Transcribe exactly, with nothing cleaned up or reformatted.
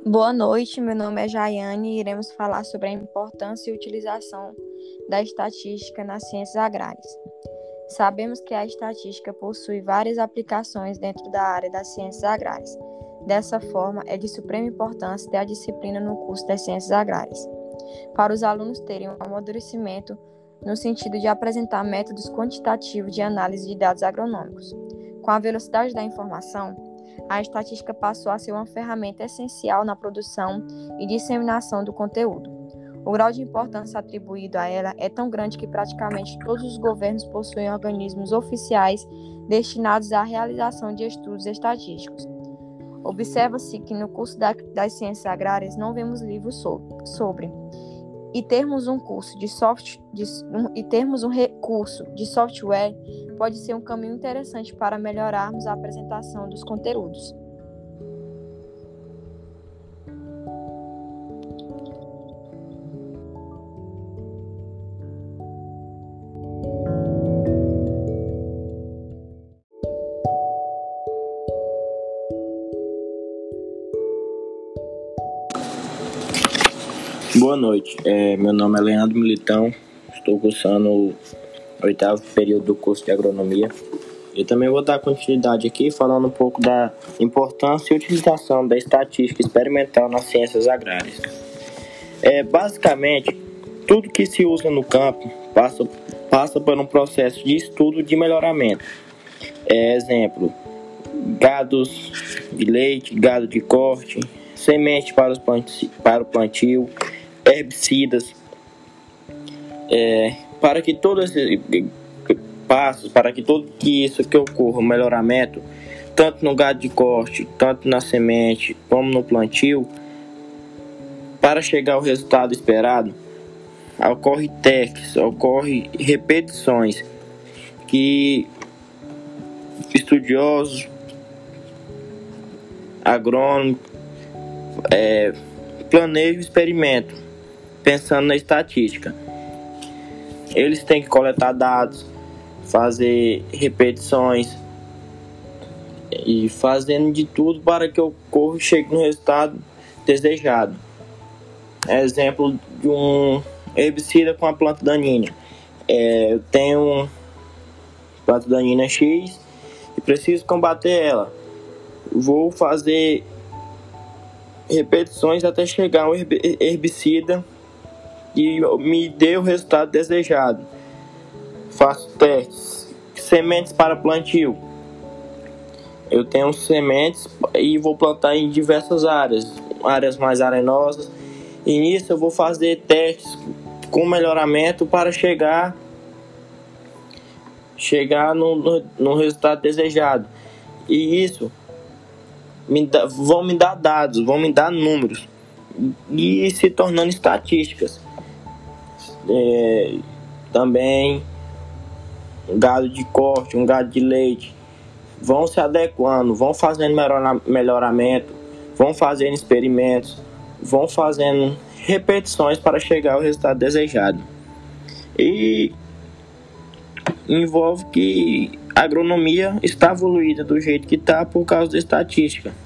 Boa noite, meu nome é Jaiane e iremos falar sobre a importância e utilização da estatística nas ciências agrárias. Sabemos que a estatística possui várias aplicações dentro da área das ciências agrárias. Dessa forma, é de suprema importância ter a disciplina no curso das ciências agrárias, para os alunos terem um amadurecimento no sentido de apresentar métodos quantitativos de análise de dados agronômicos. Com a velocidade da informação, a estatística passou a ser uma ferramenta essencial na produção e disseminação do conteúdo. O grau de importância atribuído a ela é tão grande que praticamente todos os governos possuem organismos oficiais destinados à realização de estudos estatísticos. Observa-se que no curso da, das ciências agrárias não vemos livros so, sobre, e termos um curso de soft, de, um, e termos um recurso de software pode ser um caminho interessante para melhorarmos a apresentação dos conteúdos. Boa noite, é, meu nome é Leandro Militão, estou cursando o oitavo período do curso de agronomia. Eu também vou dar continuidade aqui falando um pouco da importância e utilização da estatística experimental nas ciências agrárias. É, basicamente, tudo que se usa no campo passa, passa por um processo de estudo de melhoramento. É, exemplo, gados de leite, gado de corte, semente para, os plantio, para o plantio, herbicidas, é, para que todos esses passos, para que tudo que isso que ocorra, o melhoramento, tanto no gado de corte, tanto na semente, como no plantio, para chegar ao resultado esperado, ocorre testes, ocorre repetições que estudiosos, agrônomos, é, planejam o experimento, pensando na estatística. Eles têm que coletar dados, fazer repetições e fazendo de tudo para que ocorra e chegue no resultado desejado. Exemplo de um herbicida com a planta daninha. É, eu tenho planta daninha X e preciso combater ela. Vou fazer repetições até chegar ao herbicida e me dê o resultado desejado. Faço testes. Sementes para plantio. Eu tenho sementes e vou plantar em diversas áreas, áreas mais arenosas. E nisso eu vou fazer testes com melhoramento para chegar, chegar no, no, no resultado desejado. E isso me dá, vão me dar dados, vão me dar números e se tornando estatísticas. É, também um gado de corte, um gado de leite vão se adequando, vão fazendo melhoramento, vão fazendo experimentos, vão fazendo repetições para chegar ao resultado desejado. E envolve que a agronomia está evoluída do jeito que está por causa da estatística.